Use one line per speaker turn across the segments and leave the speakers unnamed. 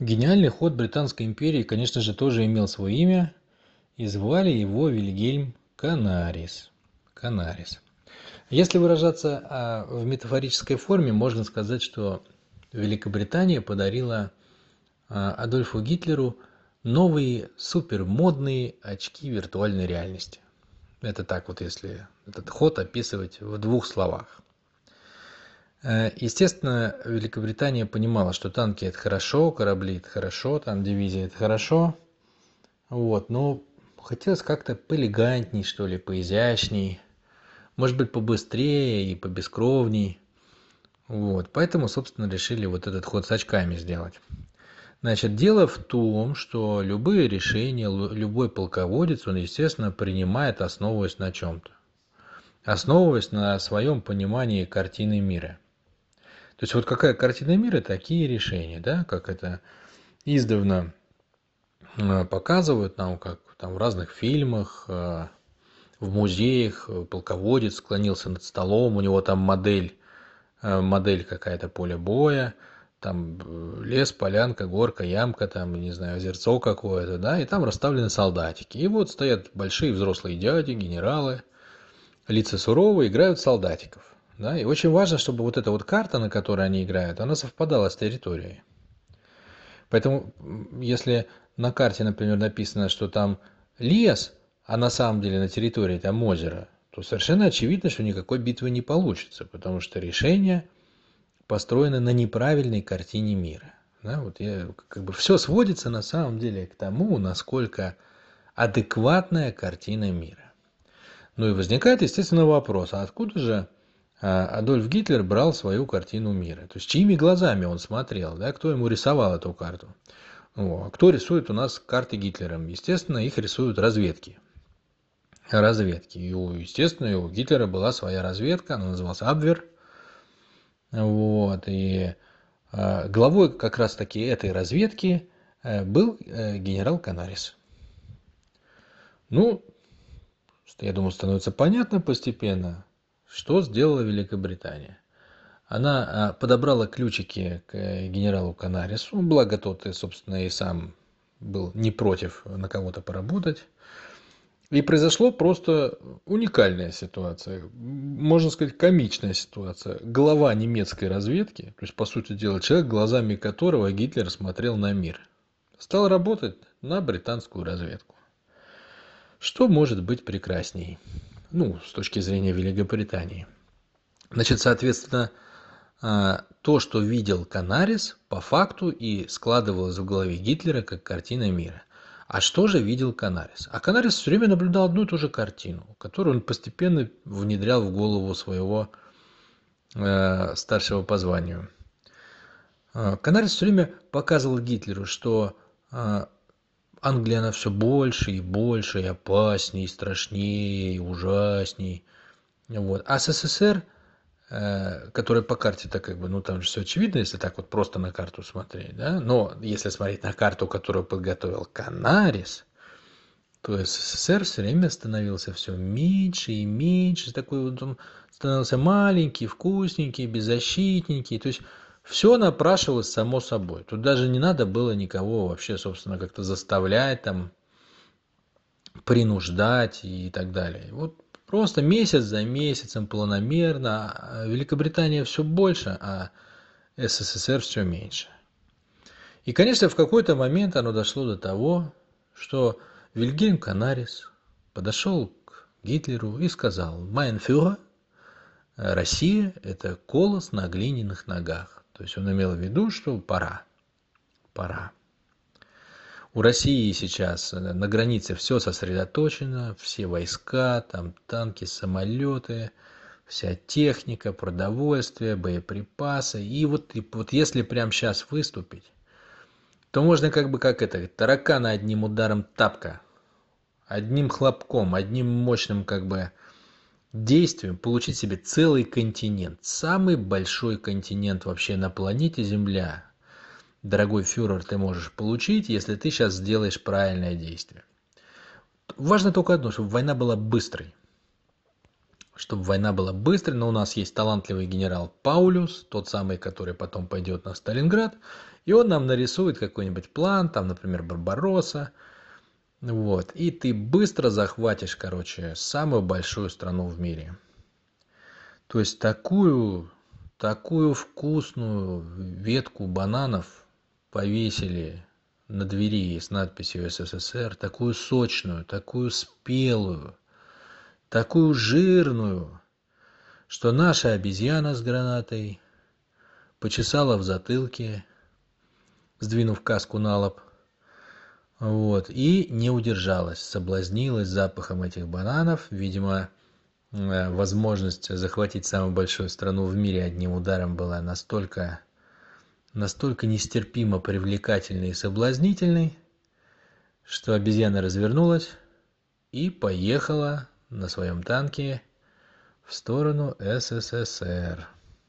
Гениальный ход Британской империи, конечно же, тоже имел свое имя, и звали его Вильгельм Канарис. Канарис. Если выражаться в метафорической форме, можно сказать, что Великобритания подарила Адольфу Гитлеру новые супермодные очки виртуальной реальности. Это так вот, если этот ход описывать в двух словах. Естественно, Великобритания понимала, что танки это хорошо, корабли это хорошо, там дивизия это хорошо. Вот, но хотелось как-то поэлегантней, что ли, поизящней, может быть, побыстрее и побескровней. Вот, поэтому, собственно, решили вот этот ход с очками сделать. Значит, дело в том, что любые решения, любой полководец, он, естественно, принимает, основываясь на чем-то. Основываясь на своем понимании картины мира. То есть вот какая картина мира, такие решения, да, как это издавна показывают нам, как там в разных фильмах, в музеях полководец склонился над столом, у него там модель какая-то поля боя, там лес, полянка, горка, ямка, там, не знаю, озерцо какое-то, да, и там расставлены солдатики. И вот стоят большие взрослые дяди, генералы, лица суровые, играют солдатиков. Да, и очень важно, чтобы вот эта вот карта, на которой они играют, она совпадала с территорией. Поэтому, если на карте, например, написано, что там лес, а на самом деле на территории там озеро, то совершенно очевидно, что никакой битвы не получится, потому что решение построено на неправильной картине мира. Да, вот как бы все сводится на самом деле к тому, насколько адекватная картина мира. Ну и возникает, естественно, вопрос, а откуда же Адольф Гитлер брал свою картину мира? То есть чьими глазами он смотрел, да, кто ему рисовал эту карту? Кто рисует у нас карты Гитлера? Естественно, их рисуют разведки. Разведки. Естественно, у Гитлера была своя разведка, она называлась Абвер. Вот, и главой как раз-таки этой разведки был генерал Канарис. Ну, я думаю, становится понятно постепенно, что сделала Великобритания. Она подобрала ключики к генералу Канарису, благо тот, собственно, и сам был не против на кого-то поработать. И произошла просто уникальная ситуация, можно сказать, комичная ситуация. Глава немецкой разведки, то есть, по сути дела, человек, глазами которого Гитлер смотрел на мир, стал работать на британскую разведку. Что может быть прекрасней? Ну, с точки зрения Великобритании. Значит, соответственно, то, что видел Канарис, по факту и складывалось в голове Гитлера как картина мира. А что же видел Канарис? А Канарис все время наблюдал одну и ту же картину, которую он постепенно внедрял в голову своего старшего по званию. Канарис все время показывал Гитлеру, что Англия, она все больше и больше, и опаснее, и страшнее, и ужасней. Вот. А СССР, которая по карте-то как бы, ну там же все очевидно, если так вот просто на карту смотреть, да, но если смотреть на карту, которую подготовил Канарис, то СССР все время становился все меньше и меньше, такой вот он становился маленький, вкусненький, беззащитненький, то есть все напрашивалось само собой. Тут даже не надо было никого вообще, собственно, как-то заставлять, там, принуждать и так далее. Вот просто месяц за месяцем планомерно Великобритания все больше, а СССР все меньше. И, конечно, в какой-то момент оно дошло до того, что Вильгельм Канарис подошел к Гитлеру и сказал: «Mein Führer, Россия – это колос на глиняных ногах». То есть он имел в виду, что пора. Пора. У России сейчас на границе все сосредоточено, все войска, там танки, самолеты, вся техника, продовольствие, боеприпасы. И вот если прямо сейчас выступить, то можно как бы как это, таракана одним ударом тапка, одним хлопком, одним мощным как бы действием получить себе целый континент, самый большой континент вообще на планете Земля. Дорогой фюрер, ты можешь получить, если ты сейчас сделаешь правильное действие. Важно только одно, чтобы война была быстрой. чтобы война была быстрой, но у нас есть талантливый генерал Паулюс, тот самый, который потом пойдет на Сталинград, и он нам нарисует какой-нибудь план, там, например, Барбаросса, вот, и ты быстро захватишь, короче, самую большую страну в мире. То есть такую вкусную ветку бананов повесили на двери с надписью СССР, такую сочную, такую спелую, такую жирную, что наша обезьяна с гранатой почесала в затылке, сдвинув каску на лоб, вот, и не удержалась, соблазнилась запахом этих бананов, видимо, возможность захватить самую большую страну в мире одним ударом была настолько нестерпимо привлекательной и соблазнительной, что обезьяна развернулась и поехала на своем танке в сторону СССР.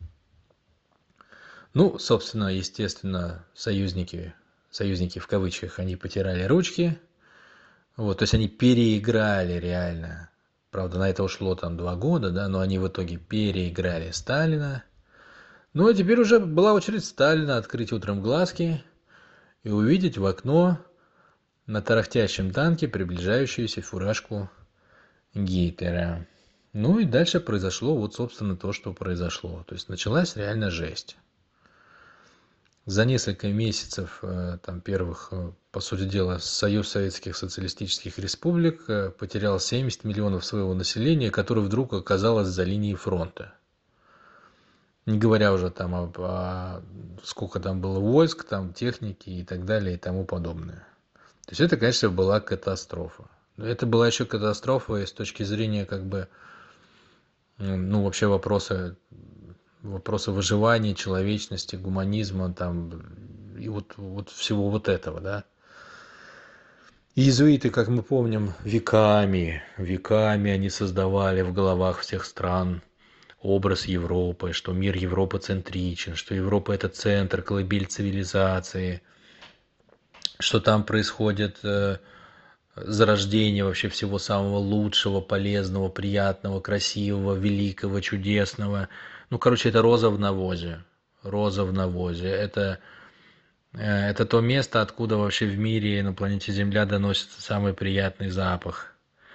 Ну, собственно, естественно, союзники в кавычках, они потирали ручки. Вот, то есть они переиграли реально. Правда, на это ушло там 2 года, да, но они в итоге переиграли Сталина. Ну, а теперь уже была очередь Сталина открыть утром глазки и увидеть в окно на тарахтящем танке приближающуюся фуражку Гитлера. Ну и дальше произошло вот, собственно, то, что произошло. То есть началась реально жесть. За несколько месяцев там первых, по сути дела, Союз Советских Социалистических Республик потерял 70 миллионов своего населения, которое вдруг оказалось за линией фронта. Не говоря уже там сколько там было войск, там техники и так далее и тому подобное. То есть это, конечно, была катастрофа. Но это была еще катастрофа и с точки зрения как бы, ну, вообще вопроса выживания, человечности, гуманизма, там, и вот всего вот этого, да. Иезуиты, как мы помним, веками они создавали в головах всех стран образ Европы, что мир европоцентричен, что Европа – это центр, колыбель цивилизации, что там происходит зарождение вообще всего самого лучшего, полезного, приятного, красивого, великого, чудесного. Ну, короче, это роза в навозе. Роза в навозе. Это то место, откуда вообще в мире на планете Земля доносится самый приятный запах.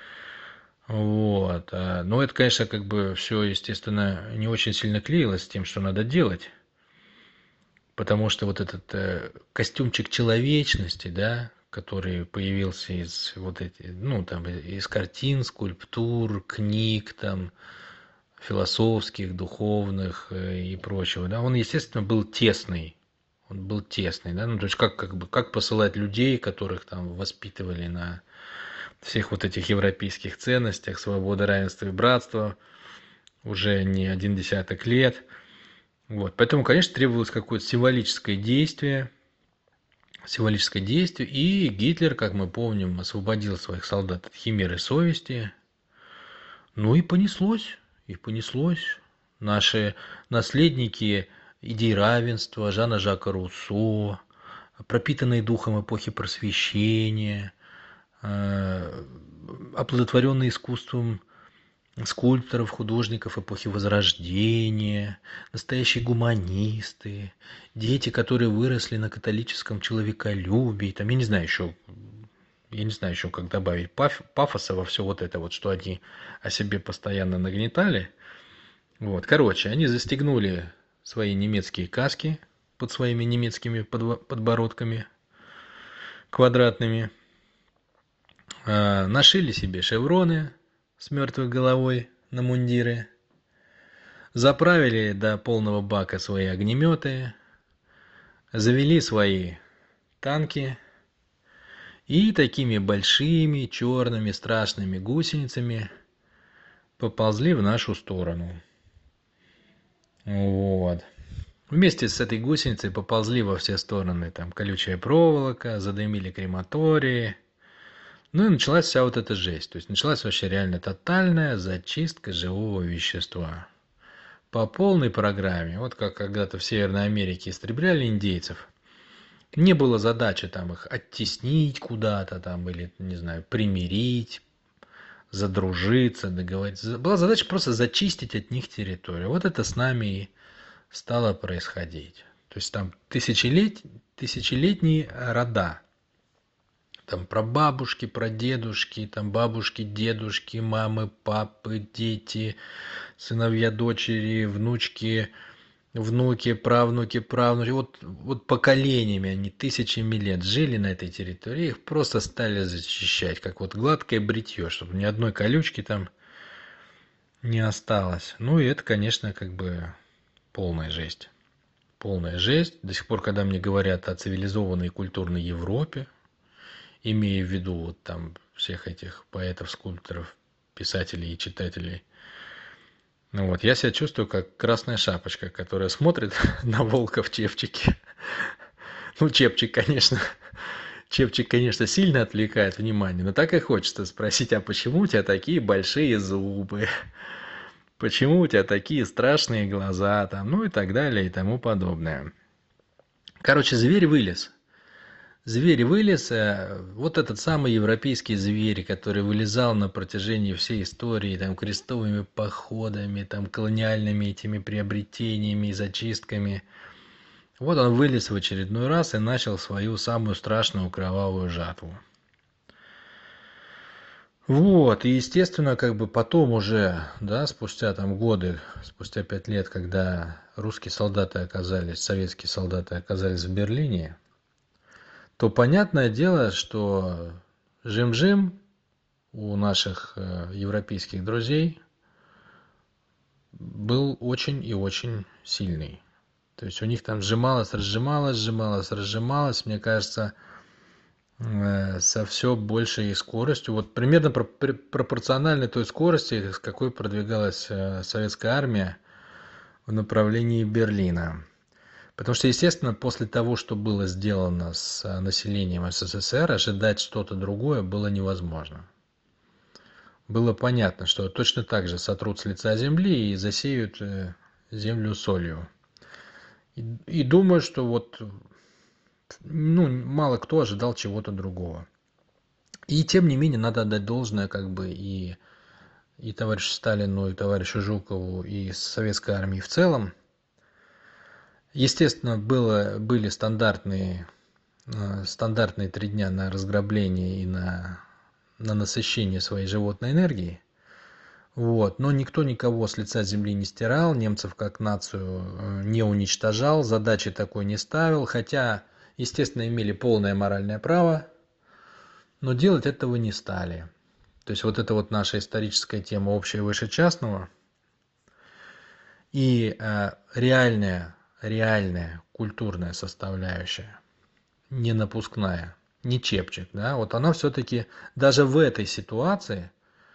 Вот. Но это, конечно, как бы все, естественно, не очень сильно клеилось с тем, что надо делать. Потому что вот этот костюмчик человечности, да, который появился из вот этих, ну, там, из картин, скульптур, книг, там, философских, духовных и прочего, да, он, естественно, был тесный. Он был тесный, да, ну, то есть как посылать людей, которых там воспитывали на всех вот этих европейских ценностях, свобода, равенство и братство, уже не один десяток лет. Вот, поэтому, конечно, требовалось какое-то символическое действие, и Гитлер, как мы помним, освободил своих солдат от химеры совести. Ну и понеслось, Наши наследники идей равенства, Жана Жака Руссо, пропитанные духом эпохи Просвещения, оплодотворенные искусством скульпторов, художников эпохи Возрождения, настоящие гуманисты, дети, которые выросли на католическом человеколюбии, там, я не знаю еще, как добавить пафоса во все вот это вот, что они о себе постоянно нагнетали. Вот, короче, они застегнули свои немецкие каски под своими немецкими подбородками квадратными, нашили себе шевроны с мертвой головой на мундиры, заправили до полного бака свои огнеметы, завели свои танки и такими большими черными страшными гусеницами поползли в нашу сторону. Вот. Вместе с этой гусеницей поползли во все стороны там колючая проволока, задымили крематории. Ну и началась вся вот эта жесть. То есть началась вообще реально тотальная зачистка живого вещества. По полной программе. Вот как когда-то в Северной Америке истребляли индейцев. Не было задачи там их оттеснить куда-то там или, не знаю, примирить, задружиться, договориться. Была задача просто зачистить от них территорию. Вот это с нами и стало происходить. То есть там тысячелетние рода. Там прабабушки, прадедушки, там бабушки, дедушки, мамы, папы, дети, сыновья, дочери, внучки, внуки, правнуки, правнуки. Вот поколениями они тысячами лет жили на этой территории. Их просто стали зачищать, как вот гладкое бритье, чтобы ни одной колючки там не осталось. Ну и это, конечно, как бы полная жесть. Полная жесть. До сих пор, когда мне говорят о цивилизованной и культурной Европе, имея в виду вот там всех этих поэтов, скульпторов, писателей и читателей, ну вот, я себя чувствую как красная шапочка, которая смотрит на волка в чепчике. Ну, чепчик, конечно, сильно отвлекает внимание, но так и хочется спросить, а почему у тебя такие большие зубы? Почему у тебя такие страшные глаза, там, ну и так далее и тому подобное. Короче, зверь вылез. Зверь вылез, вот этот самый европейский зверь, который вылезал на протяжении всей истории, там, крестовыми походами, там, колониальными этими приобретениями и зачистками. Вот он вылез в очередной раз и начал свою самую страшную кровавую жатву. Вот, и естественно, как бы потом уже, да, спустя там годы, спустя 5 лет, когда русские солдаты оказались, советские солдаты оказались в Берлине, то понятное дело, что жим-жим у наших европейских друзей был очень и очень сильный. То есть у них там сжималось, разжималось, сжималось, разжималось, мне кажется, со все большей скоростью, вот примерно пропорционально той скорости, с какой продвигалась советская армия в направлении Берлина. Потому что, естественно, после того, что было сделано с населением СССР, ожидать что-то другое было невозможно. Было понятно, что точно так же сотрут с лица земли и засеют землю солью. И думаю, что вот, ну, мало кто ожидал чего-то другого. И тем не менее, надо отдать должное как бы и товарищу Сталину, и товарищу Жукову, и советской армии в целом. Естественно, были стандартные 3 дня на разграбление и на насыщение своей животной энергии. Вот. Но никто никого с лица земли не стирал, немцев как нацию не уничтожал, задачи такой не ставил, хотя, естественно, имели полное моральное право, но делать этого не стали. То есть вот это вот наша историческая тема общая выше частного и реальная культурная составляющая, не напускная, не чепчик, да, вот она все-таки даже в этой ситуации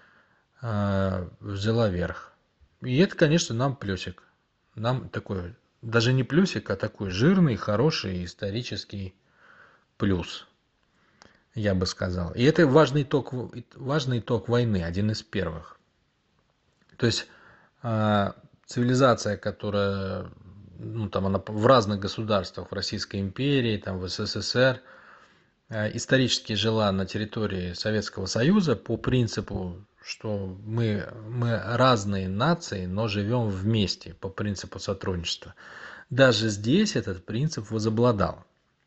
взяла верх. И это, конечно, нам плюсик. Нам такой, даже не плюсик, а такой жирный, хороший исторический плюс, я бы сказал. И это важный итог войны, один из первых. То есть цивилизация, которая, ну, там она в разных государствах, в Российской империи, там, в СССР, исторически жила на территории Советского Союза по принципу, что мы разные нации, но живем вместе по принципу сотрудничества. Даже здесь этот принцип возобладал.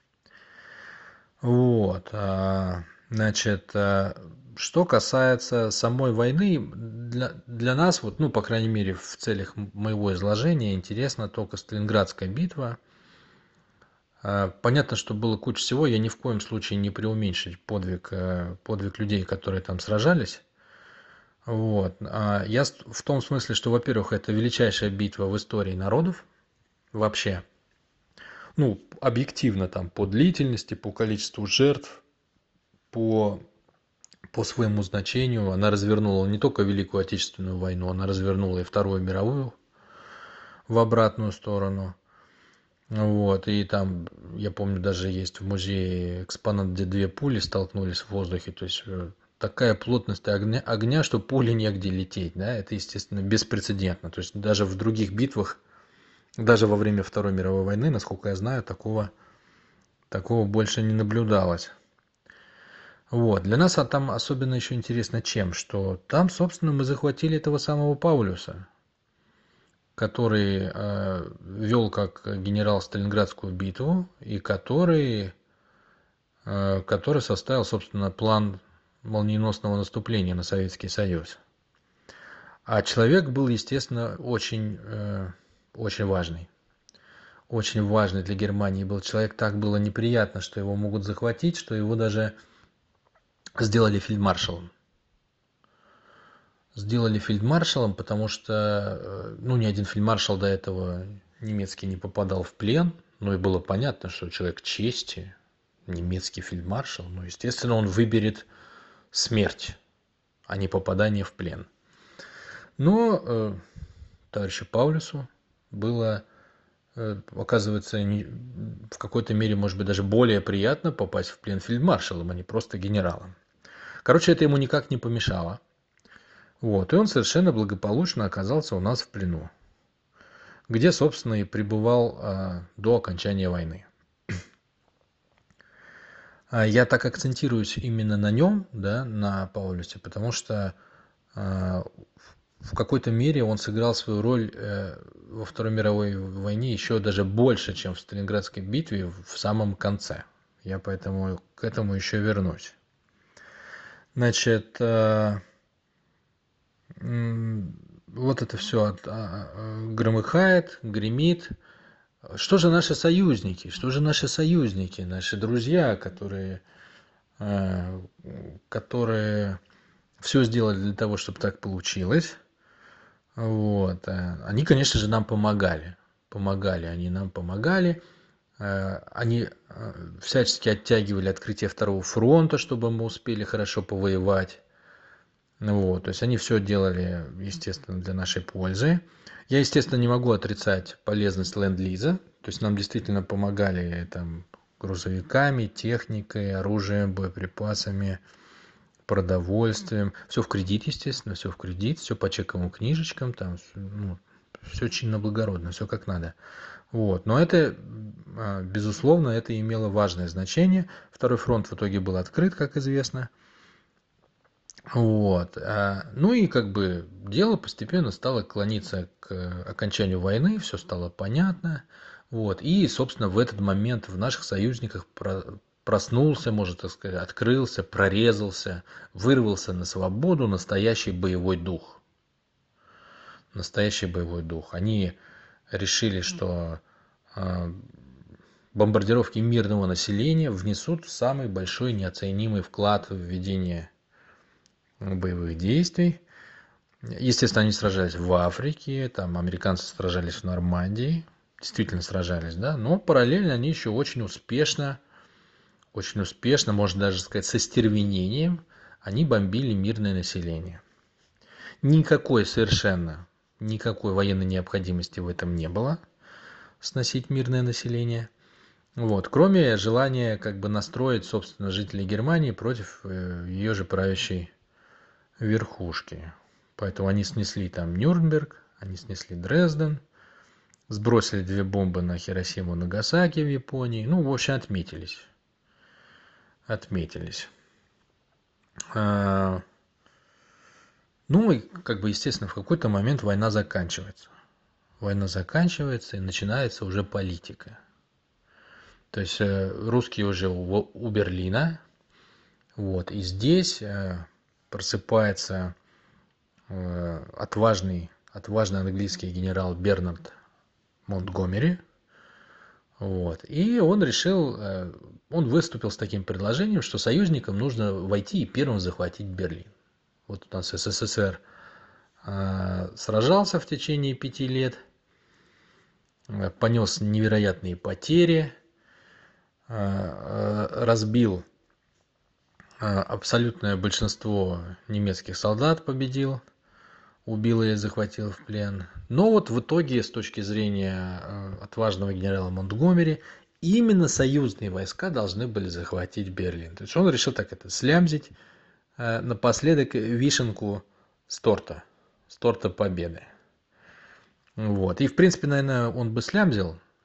Вот, значит, что касается самой войны, для нас, вот, ну, по крайней мере, в целях моего изложения, интересна только Сталинградская битва. Понятно, что было куча всего, я ни в коем случае не преуменьшить подвиг людей, которые там сражались. Вот. Я в том смысле, что, во-первых, это величайшая битва в истории народов вообще. Ну, объективно там по длительности, по количеству жертв, по своему значению. Она развернула не только Великую Отечественную войну, она развернула и Вторую мировую в обратную сторону. Вот, и там, я помню, даже есть в музее экспонат, где 2 пули столкнулись в воздухе, то есть такая плотность огня, что пули негде лететь, да, это, естественно, беспрецедентно, то есть даже в других битвах, даже во время Второй мировой войны, насколько я знаю, такого больше не наблюдалось. Вот. Для нас там особенно еще интересно чем, что там, собственно, мы захватили этого самого Паулюса, который вел как генерал Сталинградскую битву и который составил, собственно, план молниеносного наступления на Советский Союз. А человек был, естественно, очень важный. Очень важный для Германии был человек. Так было неприятно, что его могут захватить, что его даже сделали фельдмаршалом. Сделали фельдмаршалом, потому что, ну, ни один фельдмаршал до этого немецкий не попадал в плен. Ну, и было понятно, что человек чести, немецкий фельдмаршал, ну, естественно, он выберет смерть, а не попадание в плен. Но товарищу Паулюсу было, оказывается, в какой-то мере, может быть, даже более приятно попасть в плен фельдмаршалом, а не просто генералом. Короче, это ему никак не помешало. Вот, и он совершенно благополучно оказался у нас в плену, где, собственно, и пребывал до окончания войны. Я так акцентируюсь именно на нем, да, на Паулюсе, потому что в какой-то мере он сыграл свою роль во Второй мировой войне еще даже больше, чем в Сталинградской битве в самом конце. Я поэтому к этому еще вернусь. Значит, вот это все громыхает, гремит. Что же наши союзники? Что же наши союзники, наши друзья, которые все сделали для того, чтобы так получилось? Вот. Они, конечно же, нам помогали. Они нам помогали. Они всячески оттягивали открытие второго фронта, чтобы мы успели хорошо повоевать. Вот. То есть они все делали, естественно, для нашей пользы. Я, естественно, не могу отрицать полезность ленд-лиза. То есть нам действительно помогали там грузовиками, техникой, оружием, боеприпасами, продовольствием. Все в кредит, естественно, все в кредит, все по чековым книжечкам, там, ну, все чинно-благородно, все как надо. Вот. Но это, безусловно, это имело важное значение. Второй фронт в итоге был открыт, как известно. Вот. Ну и как бы дело постепенно стало клониться к окончанию войны, все стало понятно. Вот. И, собственно, в этот момент в наших союзниках проснулся, можно так сказать, открылся, прорезался, вырвался на свободу настоящий боевой дух. Настоящий боевой дух. Они решили, что бомбардировки мирного населения внесут самый большой неоценимый вклад в введение боевых действий. Естественно, они сражались в Африке, там американцы сражались в Нормандии, действительно сражались, да, но параллельно они еще очень успешно, можно даже сказать, со стервенением, они бомбили мирное население. Совершенно никакой военной необходимости в этом не было, сносить мирное население. Вот, кроме желания как бы настроить, собственно, жителей Германии против ее же правящей верхушки. Поэтому они снесли там Нюрнберг, они снесли Дрезден, сбросили 2 бомбы на Хиросиму и Нагасаки в Японии. Ну, в общем, отметились. Ну и, как бы, естественно, в какой-то момент война заканчивается. Война заканчивается и начинается уже политика. То есть русские уже у Берлина. Вот, и здесь просыпается отважный английский генерал Бернард Монтгомери. Вот. И он выступил с таким предложением, что союзникам нужно войти и первым захватить Берлин. Вот у нас СССР сражался в течение 5 лет, понес невероятные потери, разбил абсолютное большинство немецких солдат, победил, убил или захватил в плен. Но вот в итоге, с точки зрения отважного генерала Монтгомери, именно союзные войска должны были захватить Берлин. То есть он решил так это слямзить, напоследок вишенку с торта победы. Вот. И, в принципе, наверное, он бы слямзил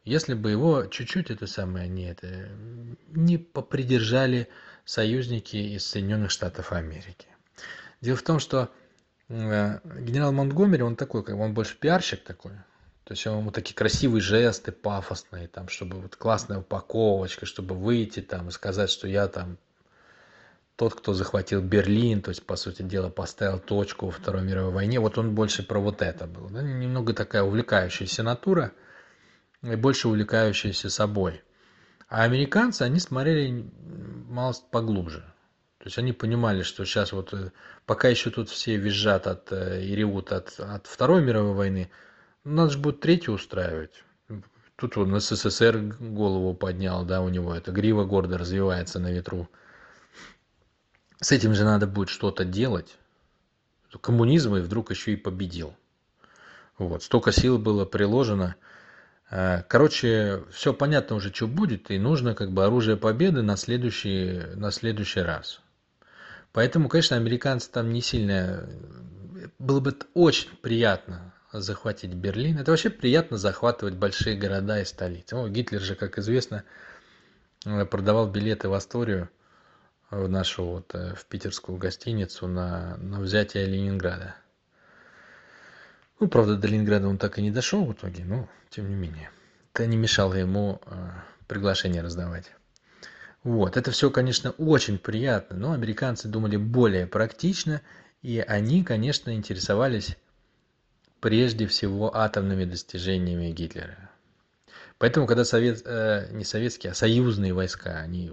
если бы его чуть-чуть это самое не попридержали союзники из Соединенных Штатов Америки. Дело в том, что генерал Монтгомери, он такой, как бы, он больше пиарщик такой. То есть ему такие красивые жесты, пафосные, там, чтобы вот классная упаковочка, чтобы выйти там и сказать, что я там тот, кто захватил Берлин, то есть, по сути дела, поставил точку во Второй мировой войне. Вот он больше про вот это был. Да? Немного такая увлекающаяся натура и больше увлекающаяся собой. А американцы, они смотрели мало поглубже. То есть они понимали, что сейчас вот, пока еще тут все визжат и ревут от Второй мировой войны, надо же будет третью устраивать. Тут он СССР голову поднял, да, у него эта грива гордо развивается на ветру. С этим же надо будет что-то делать. Коммунизм и вдруг еще и победил. Вот, столько сил было приложено. Короче, все понятно уже, что будет, и нужно как бы оружие победы на следующий раз. Поэтому, конечно, американцы там не сильно... Было бы очень приятно захватить Берлин. Это вообще приятно захватывать большие города и столицы. Гитлер же, как известно, продавал билеты в Асторию, в нашу вот, в питерскую гостиницу на взятие Ленинграда. Правда, до Ленинграда он так и не дошел в итоге, но тем не менее. Это не мешало ему приглашение раздавать. Вот, это все, конечно, очень приятно, но американцы думали более практично, и они, конечно, интересовались прежде всего атомными достижениями Гитлера. Поэтому, когда не советские, а союзные войска, они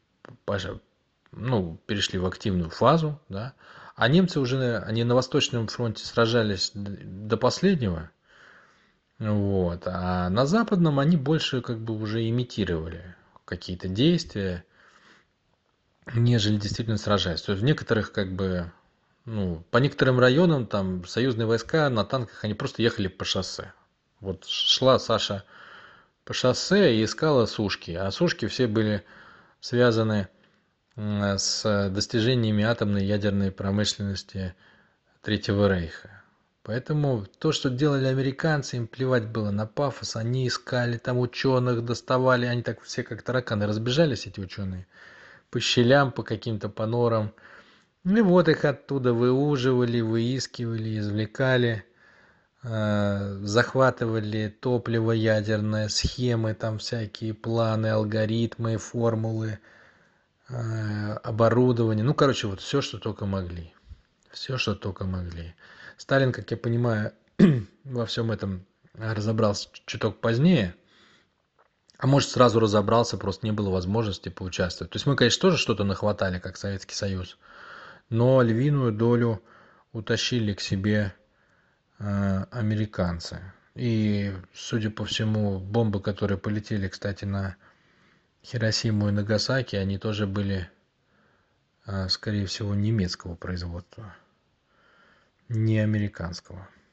перешли в активную фазу, да, а немцы уже, они на Восточном фронте сражались до последнего, вот, а на Западном они больше как бы уже имитировали какие-то действия, нежели действительно сражаясь. То есть в некоторых как бы, по некоторым районам там союзные войска на танках, они просто ехали по шоссе. Вот шла Саша по шоссе и искала сушки, а сушки все были связаны с достижениями атомной ядерной промышленности Третьего Рейха. Поэтому то, что делали американцы, им плевать было на пафос, они искали там ученых, доставали, они так все как тараканы разбежались, эти ученые, по щелям, по каким-то по норам. И вот их оттуда выуживали, выискивали, извлекали, захватывали топливо ядерное, схемы, там всякие планы, алгоритмы, формулы, оборудование. Короче, вот все, что только могли. Все, что только могли. Сталин, как я понимаю, во всем этом разобрался чуток позднее. А может, сразу разобрался, просто не было возможности поучаствовать. То есть мы, конечно, тоже что-то нахватали, как Советский Союз, но львиную долю утащили к себе американцы. И, судя по всему, бомбы, которые полетели, кстати, на Хиросиму и Нагасаки, они тоже были, скорее всего, немецкого производства, не американского.